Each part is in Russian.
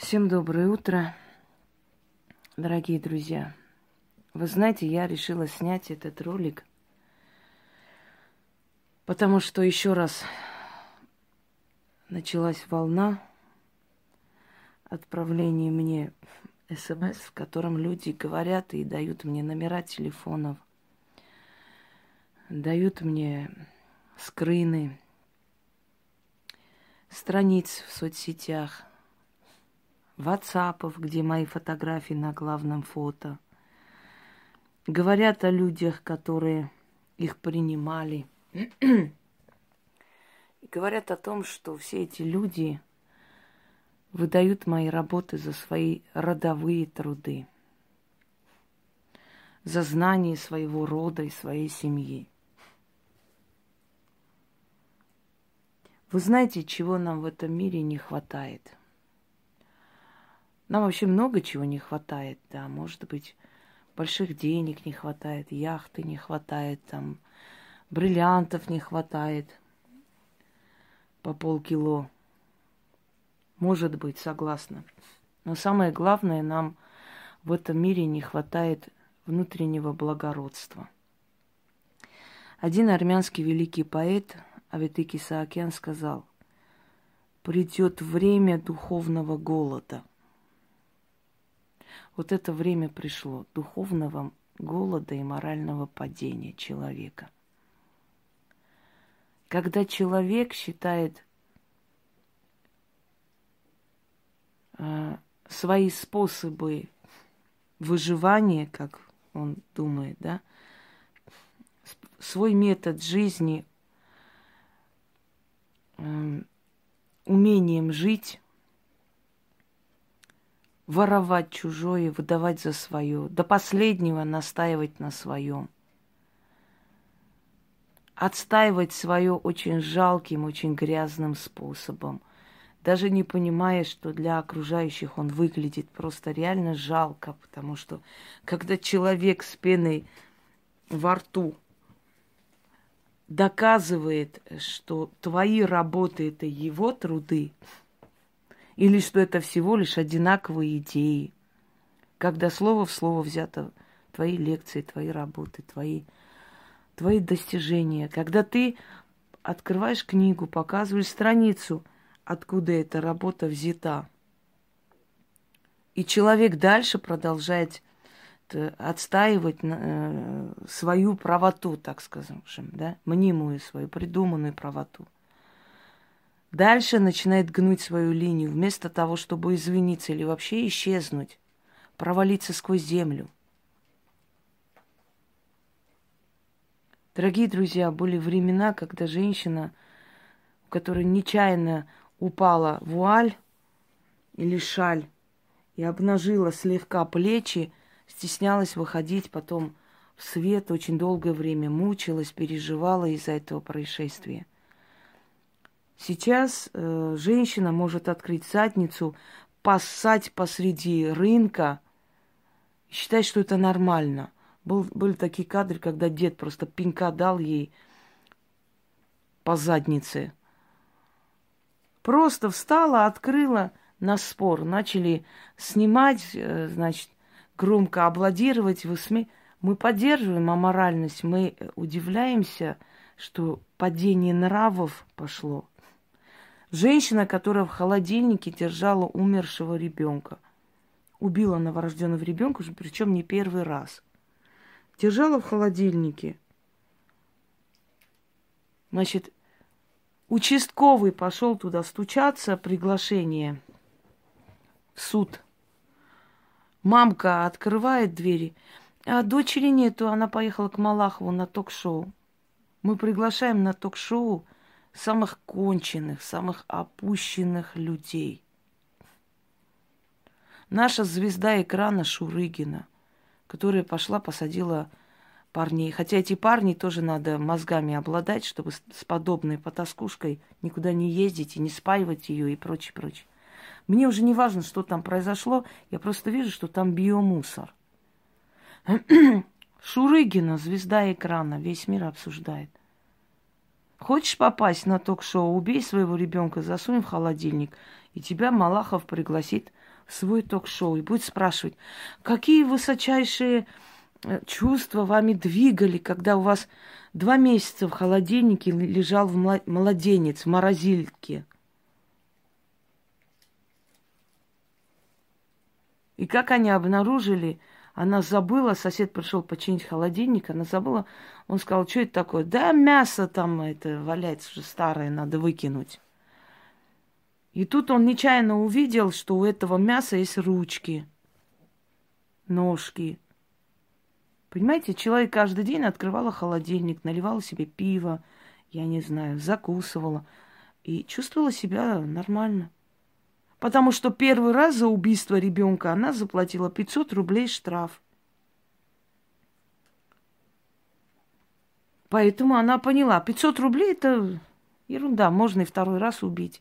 Всем доброе утро, дорогие друзья. Вы знаете, я решила снять этот ролик, потому что еще раз началась волна отправления мне СМС, в котором люди говорят и дают мне номера телефонов, дают мне скрины, страниц в соцсетях, ватсапов, где мои фотографии на главном фото. Говорят о людях, которые их принимали. И говорят о том, что все эти люди выдают мои работы за свои родовые труды, за знание своего рода и своей семьи. Вы знаете, чего нам в этом мире не хватает? Нам вообще много чего не хватает, да, может быть, больших денег не хватает, яхты не хватает, там, бриллиантов не хватает по полкило. Может быть, согласна. Но самое главное, нам в этом мире не хватает внутреннего благородства. Один армянский великий поэт Аветык Исаакян сказал: «Придет время духовного голода». Вот это время пришло, духовного голода и морального падения человека. Когда человек считает свои способы выживания, как он думает, да, свой метод жизни умением жить, воровать чужое, выдавать за свое, до последнего настаивать на своем, отстаивать свое очень жалким, очень грязным способом, даже не понимая, что для окружающих он выглядит просто реально жалко, потому что когда человек с пеной во рту доказывает, что твои работы – это его труды, или что это всего лишь одинаковые идеи, когда слово в слово взято твои лекции, твои работы, твои достижения. Когда ты открываешь книгу, показываешь страницу, откуда эта работа взята, и человек дальше продолжает отстаивать свою правоту, так скажем, да, мнимую свою, придуманную правоту. Дальше начинает гнуть свою линию, вместо того, чтобы извиниться или вообще исчезнуть, провалиться сквозь землю. Дорогие друзья, были времена, когда женщина, у которой нечаянно упала вуаль или шаль и обнажила слегка плечи, стеснялась выходить потом в свет, очень долгое время мучилась, переживала из-за этого происшествия. Сейчас женщина может открыть задницу, поссать посреди рынка, считать, что это нормально. Были такие кадры, когда дед просто пинка дал ей по заднице. Просто встала, открыла на спор. Начали снимать, значит, громко аплодировать. Мы поддерживаем аморальность, мы удивляемся, что падение нравов пошло. Женщина, которая в холодильнике держала умершего ребенка, убила новорожденного ребенка, причем не первый раз. Держала в холодильнике. Значит, участковый пошел туда стучаться, приглашение в суд. Мамка открывает двери, а дочери нету, она поехала к Малахову на ток-шоу. Мы приглашаем на ток-шоу самых конченых, самых опущенных людей. Наша звезда экрана Шурыгина, которая пошла, посадила парней. Хотя эти парни тоже надо мозгами обладать, чтобы с подобной потаскушкой никуда не ездить и не спаивать ее и прочее, прочее. Мне уже не важно, что там произошло, я просто вижу, что там биомусор. Шурыгина, звезда экрана, весь мир обсуждает. Хочешь попасть на ток-шоу, убей своего ребенка, засунь в холодильник, и тебя Малахов пригласит в свой ток-шоу и будет спрашивать, какие высочайшие чувства вами двигали, когда у вас 2 месяца в холодильнике лежал младенец в морозильке. И как они обнаружили, она забыла, сосед пришел починить холодильник, она забыла, он сказал, что это такое? Да, мясо там это валяется уже старое, надо выкинуть. И тут он нечаянно увидел, что у этого мяса есть ручки, ножки. Понимаете, человек каждый день открывала холодильник, наливала себе пиво, я не знаю, закусывала и чувствовала себя нормально. Потому что первый раз за убийство ребенка она заплатила 500 рублей штраф. Поэтому она поняла, 500 рублей это ерунда, можно и второй раз убить.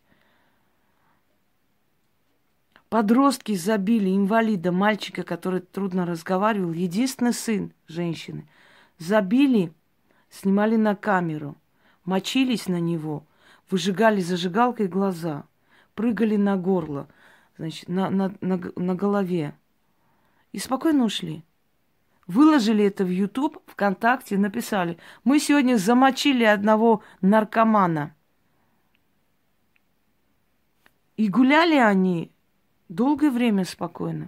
Подростки забили инвалида, мальчика, который трудно разговаривал, единственный сын женщины. Забили, снимали на камеру, мочились на него, выжигали зажигалкой глаза, прыгали на горло, значит, на голове. И спокойно ушли. Выложили это в YouTube, ВКонтакте, написали, мы сегодня замочили одного наркомана. И гуляли они долгое время спокойно.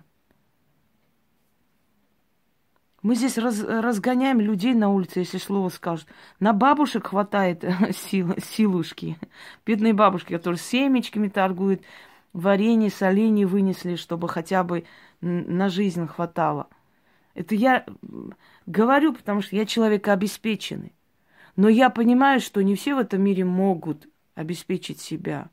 Мы здесь разгоняем людей на улице, если слово скажут. На бабушек хватает силушки. Бедные бабушки, которые семечками торгуют, варенье, соленье вынесли, чтобы хотя бы на жизнь хватало. Это я говорю, потому что я человек обеспеченный. Но я понимаю, что не все в этом мире могут обеспечить себя.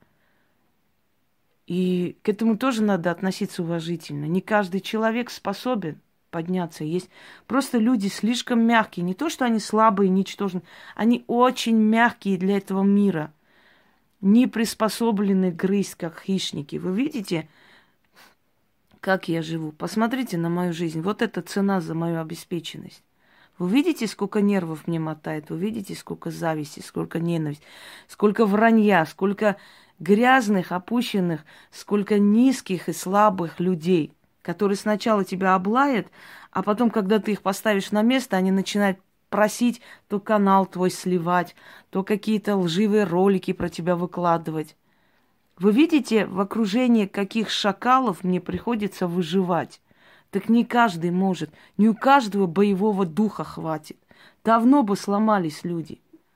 И к этому тоже надо относиться уважительно. Не каждый человек способен подняться. Есть просто люди слишком мягкие. Не то, что они слабые, ничтожные. Они очень мягкие для этого мира. Не приспособлены грызть, как хищники. Вы видите, как я живу? Посмотрите на мою жизнь. Вот это цена за мою обеспеченность. Вы видите, сколько нервов мне мотает? Вы видите, сколько зависти, сколько ненависти, сколько вранья, сколько грязных, опущенных, сколько низких и слабых людей, которые сначала тебя облаят, а потом, когда ты их поставишь на место, они начинают просить то канал твой сливать, то какие-то лживые ролики про тебя выкладывать. Вы видите, в окружении каких шакалов мне приходится выживать. Так не каждый может, не у каждого боевого духа хватит. Давно бы сломались люди.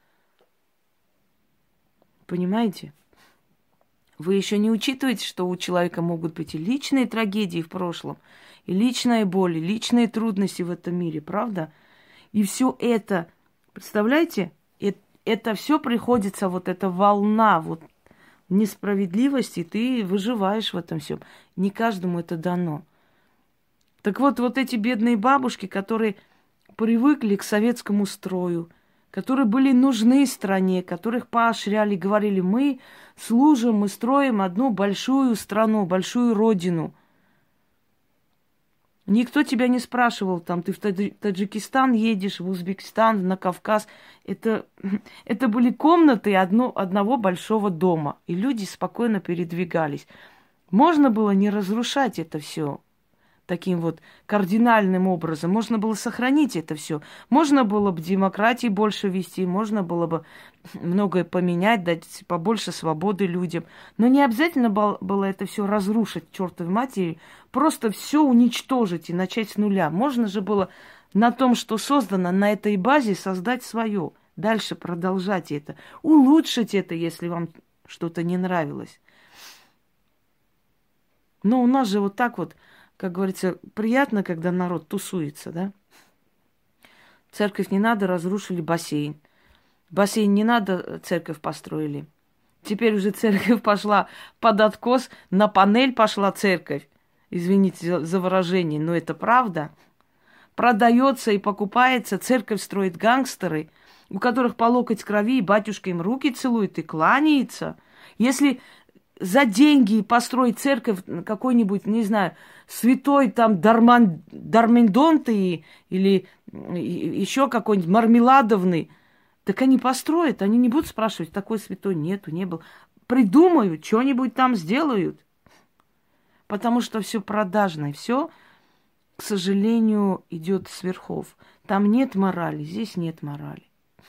Понимаете? Вы еще не учитываете, что у человека могут быть и личные трагедии в прошлом, и личная боль, и личные трудности в этом мире, правда? И все это, представляете, это все приходится, вот эта волна вот несправедливости, ты выживаешь в этом всем. Не каждому это дано. Так вот, вот эти бедные бабушки, которые привыкли к советскому строю, которые были нужны стране, которых поощряли, говорили, мы служим, мы строим одну большую страну, большую родину. Никто тебя не спрашивал, там, ты в Таджикистан едешь, в Узбекистан, на Кавказ. Это были комнаты одного большого дома, и люди спокойно передвигались. Можно было не разрушать это все таким вот кардинальным образом. Можно было сохранить это все. Можно было бы демократии больше вести, можно было бы многое поменять, дать побольше свободы людям. Но не обязательно было это все разрушить, чертовой матери, просто все уничтожить и начать с нуля. Можно же было на том, что создано, на этой базе создать свое. Дальше продолжать это, улучшить это, если вам что-то не нравилось. Но у нас же вот так вот, как говорится, приятно, когда народ тусуется, да? Церковь не надо, разрушили бассейн. Бассейн не надо, церковь построили. Теперь уже церковь пошла под откос, на панель пошла церковь. Извините за выражение, но это правда. Продается и покупается, церковь строит гангстеры, у которых по локоть крови, и батюшка им руки целует и кланяется. Если за деньги построить церковь какой-нибудь, не знаю, святой там Дармендонты или еще какой-нибудь Мармеладовный, так они построят, они не будут спрашивать, такой святой нету, не был. Придумают, что-нибудь там сделают. Потому что все продажное, все, к сожалению, идет с верхов. Там нет морали, здесь нет морали.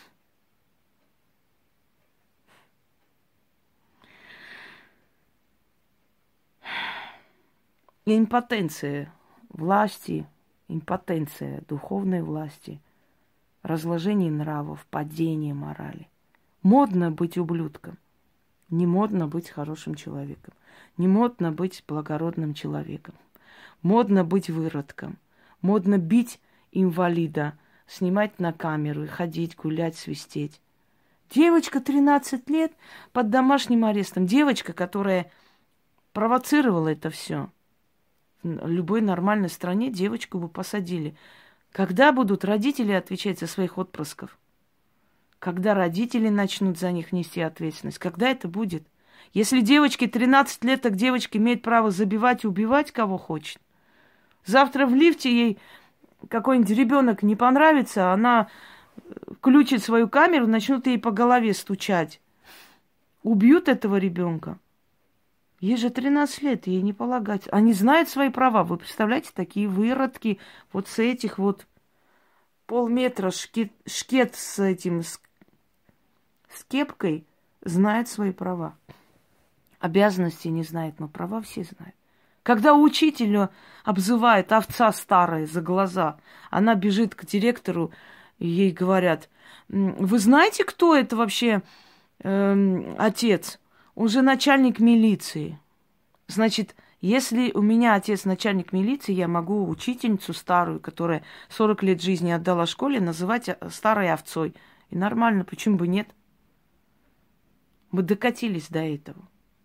И импотенция власти, импотенция духовной власти, разложение нравов, падение морали. Модно быть ублюдком, не модно быть хорошим человеком, не модно быть благородным человеком, модно быть выродком, модно бить инвалида, снимать на камеру и ходить, гулять, свистеть. Девочка 13 лет под домашним арестом. Девочка, которая провоцировала это все. В любой нормальной стране девочку бы посадили. Когда будут родители отвечать за своих отпрысков? Когда родители начнут за них нести ответственность? Когда это будет? Если девочке 13 лет, так девочка имеет право забивать и убивать кого хочет. Завтра в лифте ей какой-нибудь ребенок не понравится, она включит свою камеру, начнут ей по голове стучать. Убьют этого ребенка. Ей же 13 лет, ей не полагать. Они знают свои права. Вы представляете, такие выродки вот с этих вот полметра шкет с этим, с кепкой знает свои права. Обязанности не знает, но права все знают. Когда учителю обзывает овца старая за глаза, она бежит к директору, и ей говорят: вы знаете, кто это вообще отец? Он же начальник милиции. Значит, если у меня отец начальник милиции, я могу учительницу старую, которая 40 лет жизни отдала школе, называть старой овцой. И нормально, почему бы нет? Мы докатились до этого.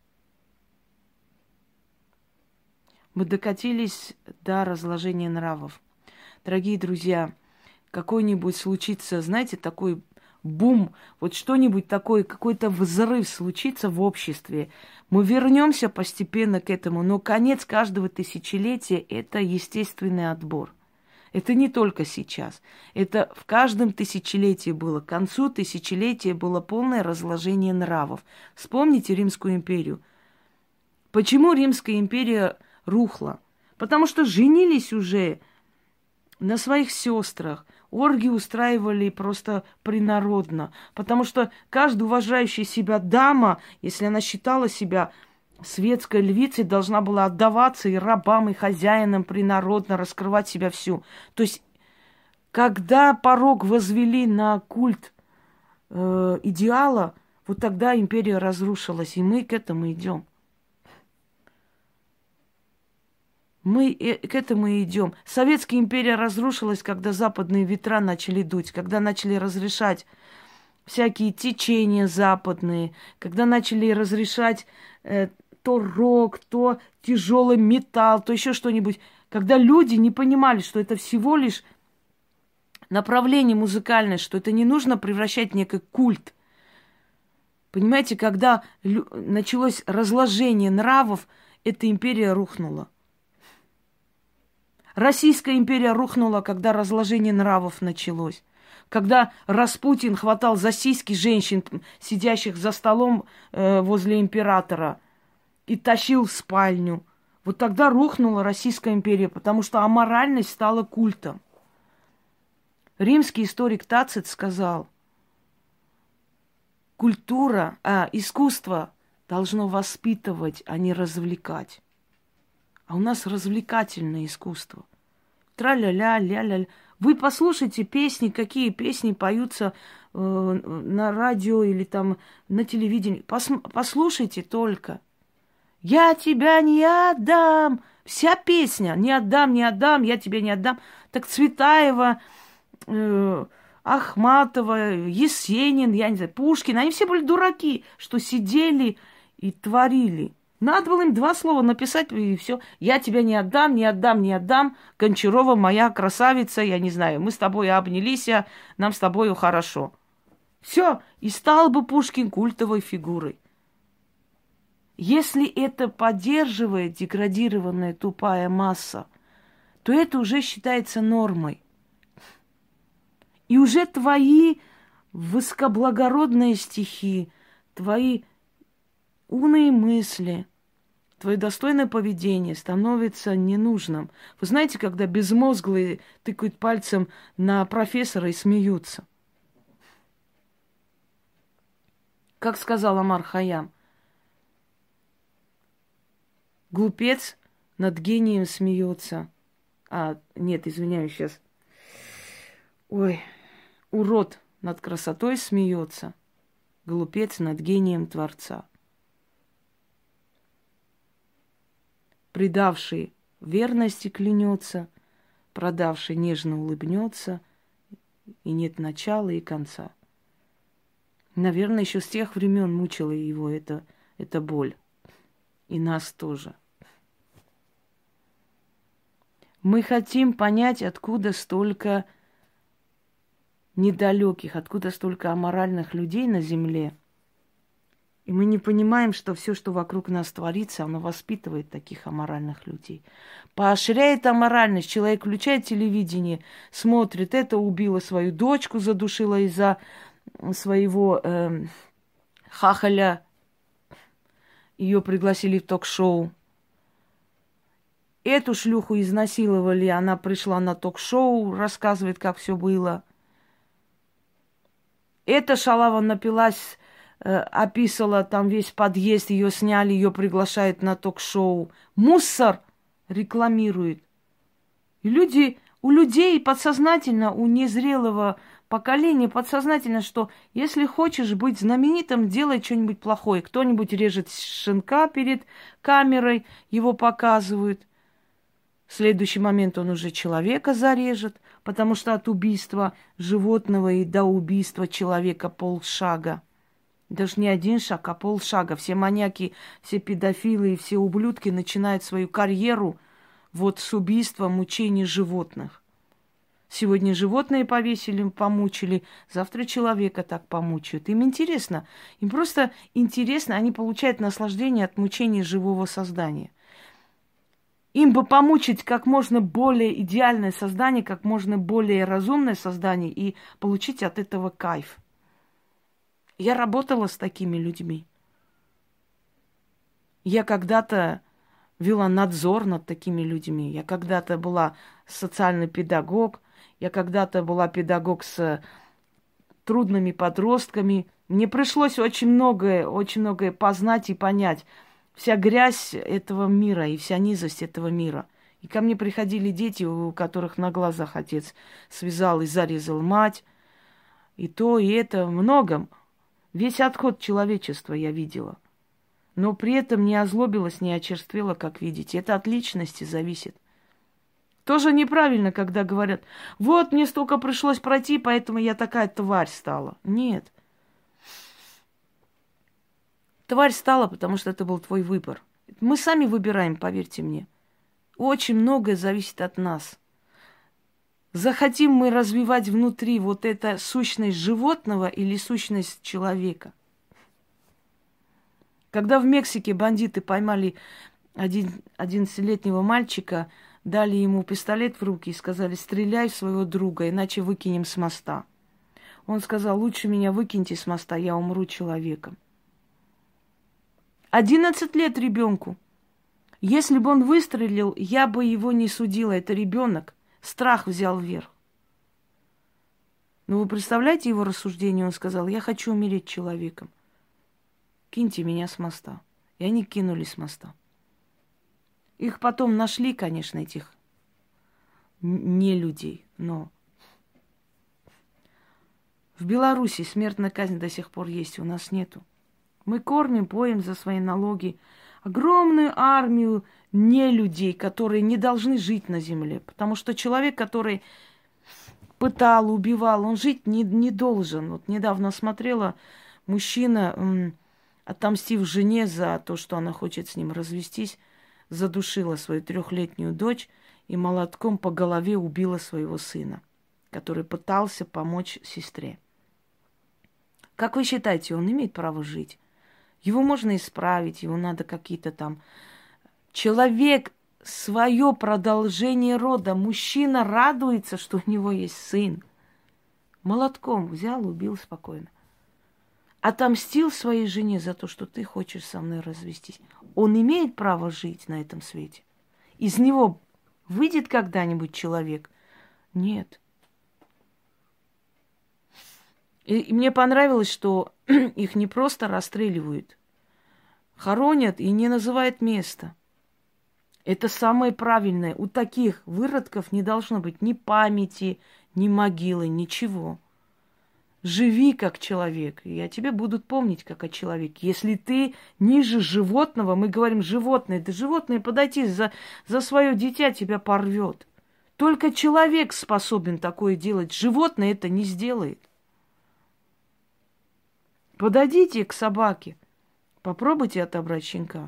Мы докатились до разложения нравов. Дорогие друзья, какой-нибудь случится, знаете, такой бум, вот что-нибудь такое, какой-то взрыв случится в обществе. Мы вернемся постепенно к этому, но конец каждого тысячелетия – это естественный отбор. Это не только сейчас. Это в каждом тысячелетии было. К концу тысячелетия было полное разложение нравов. Вспомните Римскую империю. Почему Римская империя рухла? Потому что женились уже на своих сестрах, оргии устраивали просто принародно. Потому что каждая уважающая себя дама, если она считала себя светской львицей, должна была отдаваться и рабам, и хозяинам принародно, раскрывать себя всю. То есть, когда порог возвели на культ идеала, вот тогда империя разрушилась, и мы к этому идем. Мы к этому и идем. Советская империя разрушилась, когда западные ветра начали дуть, когда начали разрешать всякие течения западные, когда начали разрешать то рок, то тяжелый металл, то еще что-нибудь. Когда люди не понимали, что это всего лишь направление музыкальное, что это не нужно превращать в некий культ. Понимаете, когда началось разложение нравов, эта империя рухнула. Российская империя рухнула, когда разложение нравов началось. Когда Распутин хватал за сиськи женщин, сидящих за столом возле императора, и тащил в спальню. Вот тогда рухнула Российская империя, потому что аморальность стала культом. Римский историк Тацит сказал: искусство должно воспитывать, а не развлекать. А у нас развлекательное искусство. Тра-ля-ля, ля-ля-ля. Вы послушайте песни, какие песни поются на радио или там на телевидении. Послушайте только. Я тебя не отдам. Вся песня. Не отдам, не отдам, я тебя не отдам. Так Цветаева, Ахматова, Есенин, я не знаю, Пушкин. Они все были дураки, что сидели и творили. Надо было им 2 слова написать, и все. Я тебя не отдам, не отдам, не отдам. Гончарова моя красавица, я не знаю. Мы с тобой обнялись, нам с тобой хорошо. Все, и стал бы Пушкин культовой фигурой. Если это поддерживает деградированная тупая масса, то это уже считается нормой. И уже твои высокоблагородные стихи, твои умные мысли, твое достойное поведение становится ненужным. Вы знаете, когда безмозглые тыкают пальцем на профессора и смеются? Как сказал Омар Хайям, глупец над гением смеется. Нет, извиняюсь сейчас. Ой, урод над красотой смеется, глупец над гением Творца. Предавший верности клянется, продавший нежно улыбнется, и нет начала и конца. Наверное, еще с тех времен мучила его эта боль. И нас тоже. Мы хотим понять, откуда столько недалеких, откуда столько аморальных людей на земле. И мы не понимаем, что все, что вокруг нас творится, оно воспитывает таких аморальных людей. Поощряет аморальность. Человек включает телевидение, смотрит, это убила свою дочку, задушила из-за своего хахаля. Ее пригласили в ток-шоу. Эту шлюху изнасиловали, она пришла на ток-шоу, рассказывает, как все было. Эта шалава напилась, описала там весь подъезд, ее сняли, ее приглашают на ток-шоу. Мусор рекламирует. И у людей подсознательно, у незрелого поколения подсознательно, что если хочешь быть знаменитым, делай что-нибудь плохое. Кто-нибудь режет щенка перед камерой, его показывают. В следующий момент он уже человека зарежет, потому что от убийства животного и до убийства человека полшага. Даже не один шаг, а полшага. Все маньяки, все педофилы и все ублюдки начинают свою карьеру вот с убийства, мучений животных. Сегодня животные повесили, помучили, завтра человека так помучают. Им интересно, им просто интересно, они получают наслаждение от мучения живого создания. Им бы помучить как можно более идеальное создание, как можно более разумное создание и получить от этого кайф. Я работала с такими людьми. Я когда-то вела надзор над такими людьми. Я когда-то была социальный педагог. Я когда-то была педагог с трудными подростками. Мне пришлось очень многое познать и понять. Вся грязь этого мира и вся низость этого мира. И ко мне приходили дети, у которых на глазах отец связал и зарезал мать. И то, и это, много. Весь отход человечества я видела. Но при этом не озлобилась, не очерствела, как видите. Это от личности зависит. Тоже неправильно, когда говорят, вот мне столько пришлось пройти, поэтому я такая тварь стала. Нет. Тварь стала, потому что это был твой выбор. Мы сами выбираем, поверьте мне. Очень многое зависит от нас. Захотим мы развивать внутри вот эту сущность животного или сущность человека. Когда в Мексике бандиты поймали 11-летнего мальчика, дали ему пистолет в руки и сказали, стреляй в своего друга, иначе выкинем с моста. Он сказал, лучше меня выкиньте с моста, я умру человеком. 11 лет ребенку. Если бы он выстрелил, я бы его не судила. Это ребенок. Страх взял верх. Но вы представляете его рассуждение? Он сказал, я хочу умереть человеком. Киньте меня с моста. И они кинули с моста. Их потом нашли, конечно, этих нелюдей, но в Беларуси смертная казнь до сих пор есть, у нас нету. Мы кормим, поем за свои налоги огромную армию нелюдей, которые не должны жить на земле. Потому что человек, который пытал, убивал, он жить не должен. Вот недавно смотрела, мужчина, отомстив жене за то, что она хочет с ним развестись, задушила свою 3-летнюю дочь и молотком по голове убила своего сына, который пытался помочь сестре. Как вы считаете, он имеет право жить? Его можно исправить, его надо какие-то там... Человек, свое продолжение рода, мужчина радуется, что у него есть сын. Молотком взял, убил спокойно. отомстил своей жене за то, что ты хочешь со мной развестись, он имеет право жить на этом свете? Из него выйдет когда-нибудь человек? Нет. И мне понравилось, что их не просто расстреливают, хоронят и не называют место. Это самое правильное. У таких выродков не должно быть ни памяти, ни могилы, ничего. Живи как человек, и о тебе будут помнить как о человеке. Если ты ниже животного, мы говорим животное, да животное подойти за свое дитя тебя порвет. Только человек способен такое делать. Животное это не сделает. Подойдите к собаке, попробуйте отобрать щенка.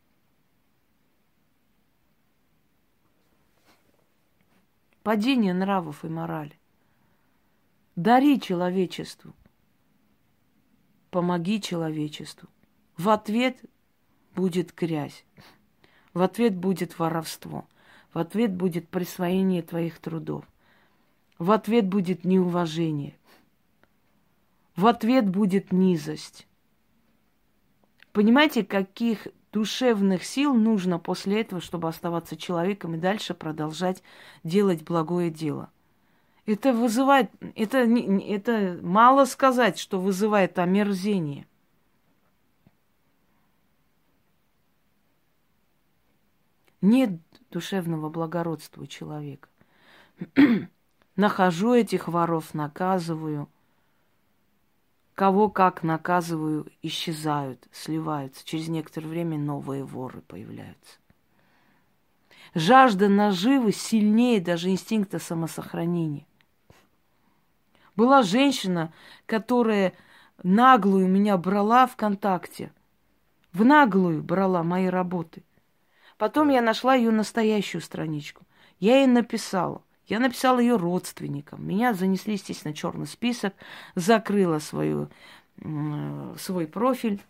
Падение нравов и морали. Дари человечеству. Помоги человечеству. В ответ будет грязь. В ответ будет воровство. В ответ будет присвоение твоих трудов. В ответ будет неуважение. В ответ будет низость. Понимаете, каких душевных сил нужно после этого, чтобы оставаться человеком и дальше продолжать делать благое дело? Это вызывает, это мало сказать, что вызывает омерзение. Нет душевного благородства у человека. Нахожу этих воров, наказываю. Кого как наказываю, исчезают, сливаются. Через некоторое время новые воры появляются. Жажда наживы сильнее даже инстинкта самосохранения. Была женщина, которая наглую меня брала ВКонтакте. В наглую брала мои работы. Потом я нашла ее настоящую страничку. Я ей написала. Я написала ее родственникам. Меня занесли, естественно, в черный список. Закрыла свой профиль.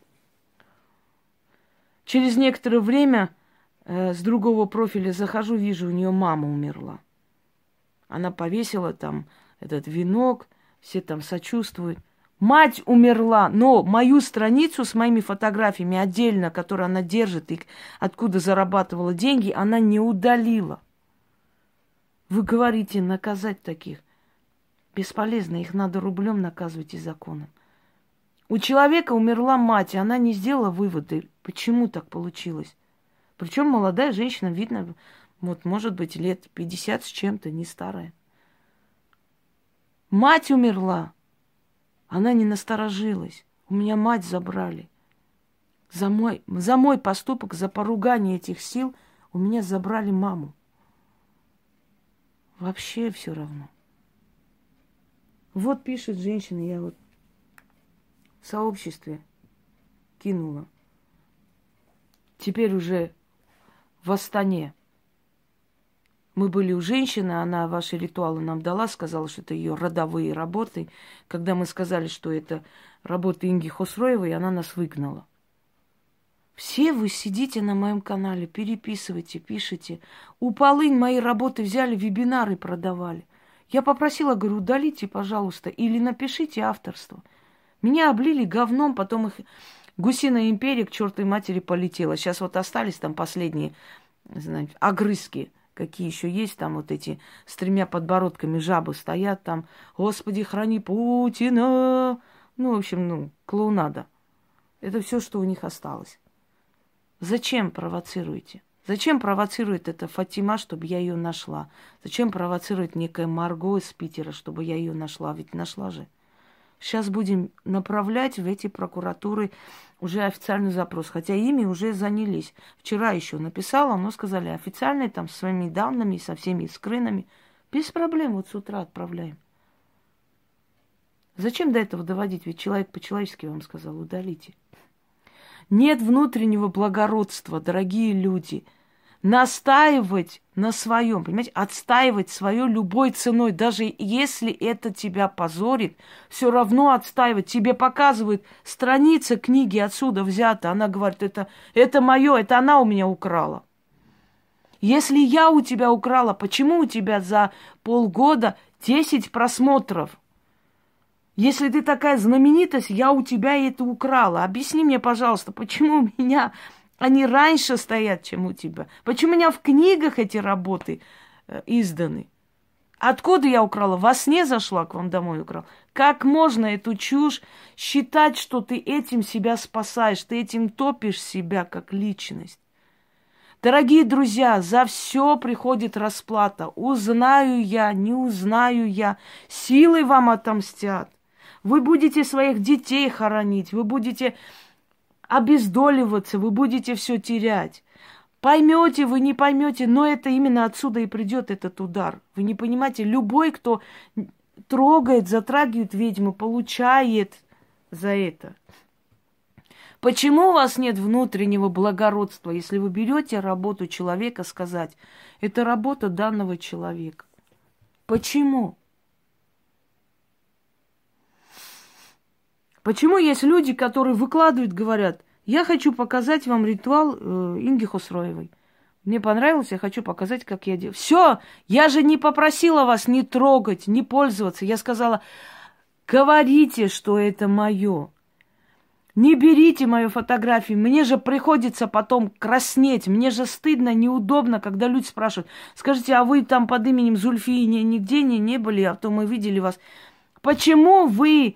Через некоторое время с другого профиля захожу, вижу, у нее мама умерла. Она повесила там этот венок, все там сочувствуют. Мать умерла, но мою страницу с моими фотографиями отдельно, которую она держит и откуда зарабатывала деньги, она не удалила. Вы говорите, наказать таких. Бесполезно, их надо рублем наказывать и законом. У человека умерла мать, и она не сделала выводы, почему так получилось. Причем молодая женщина, видно, вот, может быть, лет 50 с чем-то, не старая. Мать умерла. Она не насторожилась. У меня мать забрали. За мой поступок, за поругание этих сил у меня забрали маму. Вообще все равно. Вот пишет женщина, я вот в сообществе кинула. Теперь уже в Астане. Мы были у женщины, она ваши ритуалы нам дала, сказала, что это ее родовые работы. Когда мы сказали, что это работы Инги Хосроевой, она нас выгнала. Все вы сидите на моем канале, переписывайте, пишите. У Полынь мои работы взяли, вебинары продавали. Я попросила, говорю, удалите, пожалуйста, или напишите авторство. Меня облили говном, потом их гусиная империя к чертовой матери полетела. Сейчас вот остались там последние, знаете, огрызки. Какие еще есть там вот эти с 3 подбородками жабы стоят там. Господи, храни Путина. Ну, в общем, клоунада. Это все, что у них осталось. Зачем провоцируете? Зачем провоцирует эта Фатима, чтобы я ее нашла? Зачем провоцирует некая Марго из Питера, чтобы я ее нашла? Ведь нашла же. Сейчас будем направлять в эти прокуратуры уже официальный запрос. Хотя ими уже занялись. Вчера еще написала, но сказали официальные там со своими данными, со всеми скринами. Без проблем, вот с утра отправляем. Зачем до этого доводить? Ведь человек по-человечески вам сказал, удалите. Нет внутреннего благородства, дорогие люди. Настаивать на своем, понимаете, отстаивать свое любой ценой, даже если это тебя позорит, все равно отстаивать. Тебе показывают страница книги отсюда взята. Она говорит, это мое, это она у меня украла. Если я у тебя украла, почему у тебя за полгода 10 просмотров? Если ты такая знаменитость, я у тебя это украла. Объясни мне, пожалуйста, почему у меня они раньше стоят, чем у тебя? Почему у меня в книгах эти работы изданы? Откуда я украла? Во сне зашла к вам домой и украла. Как можно эту чушь считать, что ты этим себя спасаешь, ты этим топишь себя как личность? Дорогие друзья, за все приходит расплата. Узнаю я, не узнаю я, силой вам отомстят. Вы будете своих детей хоронить, вы будете обездоливаться, вы будете все терять. Поймете вы, не поймете, но это именно отсюда и придет этот удар. Вы не понимаете, любой, кто трогает, затрагивает ведьму, получает за это. Почему у вас нет внутреннего благородства, если вы берете работу человека сказать, это работа данного человека? Почему? Почему есть люди, которые выкладывают, говорят, я хочу показать вам ритуал Инги Хосроевой. Мне понравилось, я хочу показать, как я делаю. Все, я же не попросила вас не трогать, не пользоваться. Я сказала, говорите, что это мое. Не берите мою фотографию. Мне же приходится потом краснеть. Мне же стыдно, неудобно, когда люди спрашивают, скажите, а вы там под именем Зульфии нигде не были, а то мы видели вас. Почему вы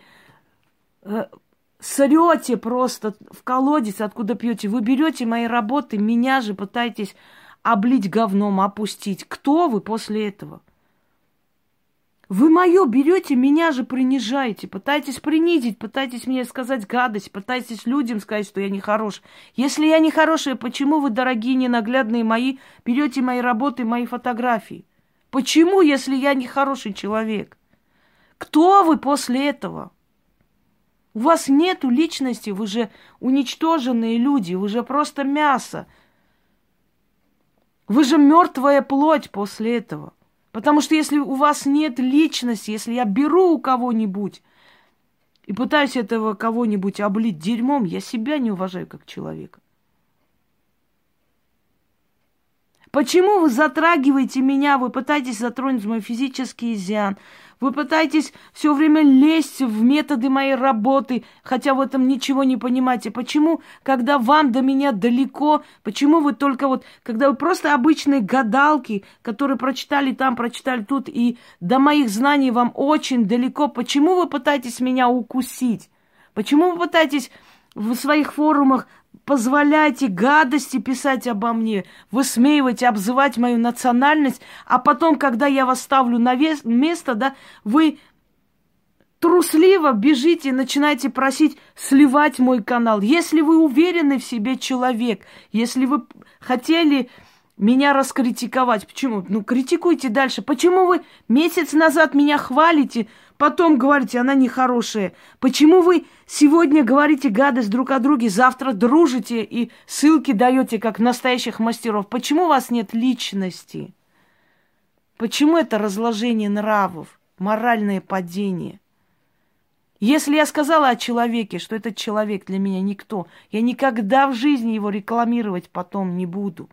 срете просто в колодец, откуда пьете? Вы берете мои работы, меня же пытаетесь облить говном, опустить. Кто вы после этого? Вы мое берете, меня же принижаете, пытаетесь принизить, пытаетесь мне сказать гадость, пытаетесь людям сказать, что я нехорош. Если я нехорошая, почему вы, дорогие ненаглядные мои, берете мои работы, мои фотографии? Почему, если я нехороший человек? Кто вы после этого? У вас нету личности, вы же уничтоженные люди, вы же просто мясо. Вы же мертвая плоть после этого. Потому что если у вас нет личности, если я беру у кого-нибудь и пытаюсь этого кого-нибудь облить дерьмом, я себя не уважаю как человека. Почему вы затрагиваете меня, вы пытаетесь затронуть мой физический изъян, вы пытаетесь все время лезть в методы моей работы, хотя в этом ничего не понимаете. Почему, когда вам до меня далеко, почему вы только вот, когда вы просто обычные гадалки, которые прочитали там, прочитали тут, и до моих знаний вам очень далеко, почему вы пытаетесь меня укусить? Почему вы пытаетесь в своих форумах позволяете гадости писать обо мне, высмеивать, обзывать мою национальность, а потом, когда я вас ставлю на место, да, вы трусливо бежите и начинаете просить сливать мой канал. Если вы уверенный в себе человек, если вы хотели меня раскритиковать, почему? Ну, критикуйте дальше. Почему вы месяц назад меня хвалите, потом говорите, она нехорошая? Почему вы сегодня говорите гадость друг о друге, завтра дружите и ссылки даете, как настоящих мастеров? Почему у вас нет личности? Почему это разложение нравов, моральное падение? Если я сказала о человеке, что этот человек для меня никто, я никогда в жизни его рекламировать потом не буду.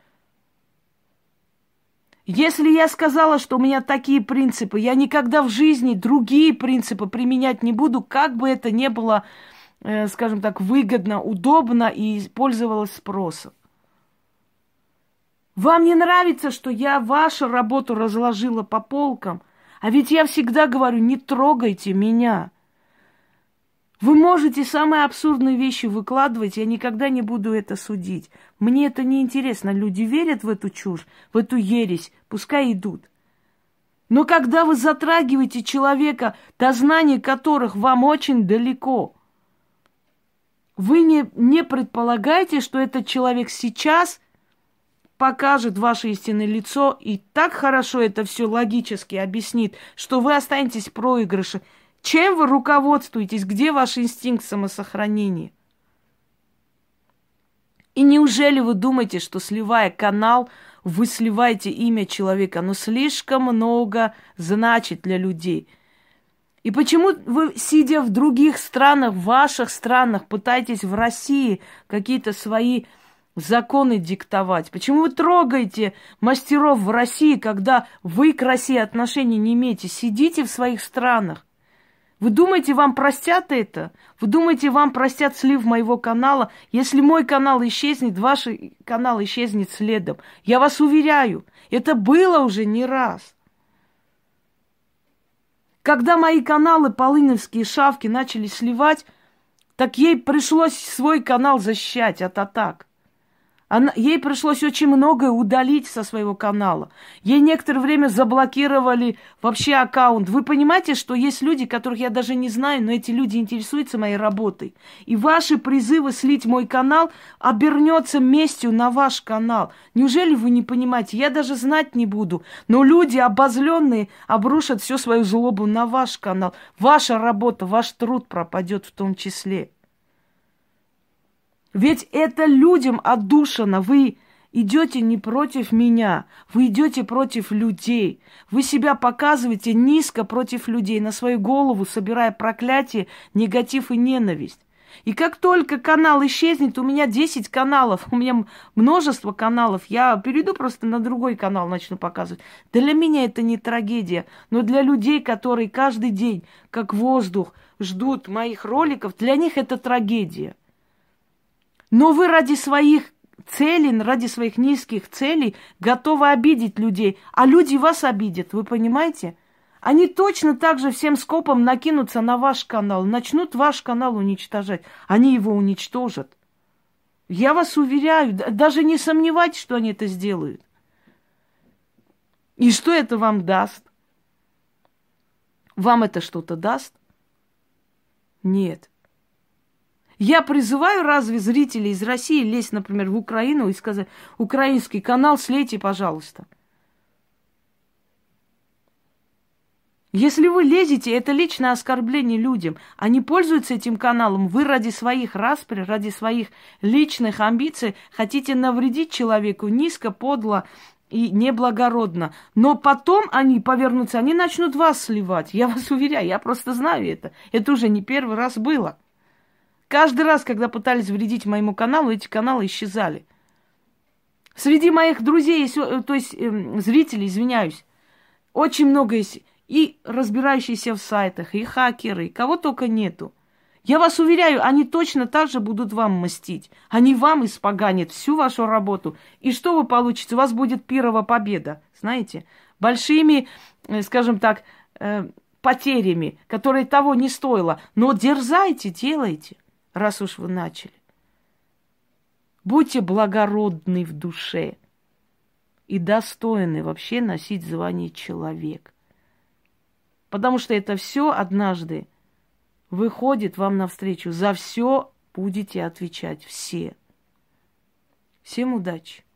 Если я сказала, что у меня такие принципы, я никогда в жизни другие принципы применять не буду, как бы это ни было, скажем так, выгодно, удобно и пользовалось спросом. Вам не нравится, что я вашу работу разложила по полкам? А ведь я всегда говорю, не трогайте меня. Вы можете самые абсурдные вещи выкладывать, я никогда не буду это судить. Мне это не интересно. Люди верят в эту чушь, в эту ересь, пускай идут. Но когда вы затрагиваете человека, до знания которых вам очень далеко, вы не предполагаете, что этот человек сейчас покажет ваше истинное лицо и так хорошо это все логически объяснит, что вы останетесь в проигрыше. Чем вы руководствуетесь? Где ваш инстинкт самосохранения? И неужели вы думаете, что сливая канал, вы сливаете имя человека? Оно слишком много значит для людей. И почему вы, сидя в других странах, в ваших странах, пытаетесь в России какие-то свои законы диктовать? Почему вы трогаете мастеров в России, когда вы к России отношения не имеете? Сидите в своих странах. Вы думаете, вам простят это? Вы думаете, вам простят слив моего канала? Если мой канал исчезнет, ваш канал исчезнет следом. Я вас уверяю, это было уже не раз. Когда мои каналы полыневские, шавки начали сливать, так ей пришлось свой канал защищать от атак. Ей пришлось очень многое удалить со своего канала. Ей некоторое время заблокировали вообще аккаунт. Вы понимаете, что есть люди, которых я даже не знаю, но эти люди интересуются моей работой. И ваши призывы слить мой канал обернется местью на ваш канал. Неужели вы не понимаете? Я даже знать не буду. Но люди обозленные обрушат всю свою злобу на ваш канал. Ваша работа, ваш труд пропадет в том числе. Ведь это людям отдушина. Вы идете не против меня, вы идете против людей. Вы себя показываете низко против людей, на свою голову собирая проклятие, негатив и ненависть. И как только канал исчезнет, у меня 10 каналов, у меня множество каналов, я перейду просто на другой канал, начну показывать. Для меня это не трагедия, но для людей, которые каждый день, как воздух, ждут моих роликов, для них это трагедия. Но вы ради своих целей, ради своих низких целей готовы обидеть людей, а люди вас обидят, вы понимаете? Они точно так же всем скопом накинутся на ваш канал, начнут ваш канал уничтожать, они его уничтожат. Я вас уверяю, даже не сомневайтесь, что они это сделают. И что это вам даст? Вам это что-то даст? Нет. Я призываю разве зрителей из России лезть, например, в Украину и сказать: украинский канал слейте, пожалуйста. Если вы лезете, это личное оскорбление людям. Они пользуются этим каналом. Вы ради своих распри, ради своих личных амбиций хотите навредить человеку низко, подло и неблагородно. Но потом они повернутся, они начнут вас сливать. Я вас уверяю, я просто знаю это. Это уже не первый раз было. Каждый раз, когда пытались вредить моему каналу, эти каналы исчезали. Среди моих друзей, то есть зрителей, извиняюсь, очень много есть и разбирающиеся в сайтах, и хакеры, кого только нету. Я вас уверяю, они точно так же будут вам мстить. Они вам испоганят всю вашу работу. И что вы получите? У вас будет пирова победа, знаете, большими, скажем так, потерями, которые того не стоило. Но дерзайте, делайте. Раз уж вы начали. Будьте благородны в душе и достойны вообще носить звание человек. Потому что это все однажды выходит вам навстречу. За все будете отвечать все. Всем удачи!